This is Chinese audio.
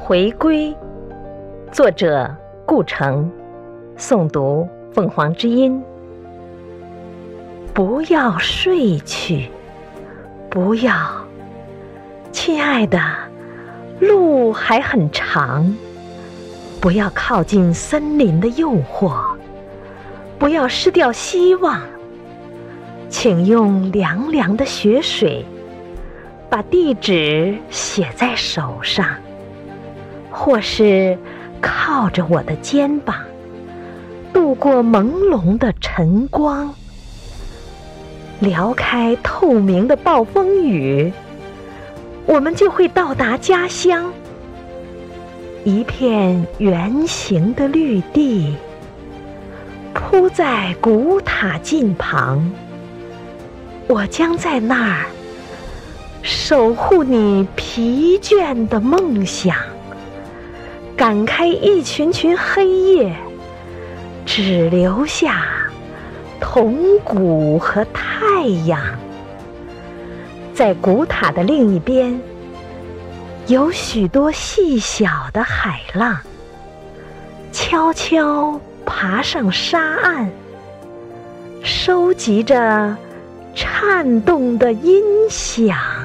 回归，作者顾城，诵读凤凰之音。不要睡去，不要，亲爱的，路还很长，不要靠近森林的诱惑，不要失掉希望。请用凉凉的雪水把地址写在手上，或是靠着我的肩膀度过朦胧的晨光，撩开透明的暴风雨，我们就会到达家乡，一片圆形的绿地铺在古塔近旁。我将在那儿守护你疲倦的梦想，赶开一群群黑夜，只留下铜鼓和太阳。在古塔的另一边，有许多细小的海浪，悄悄爬上沙岸，收集着颤动的音响。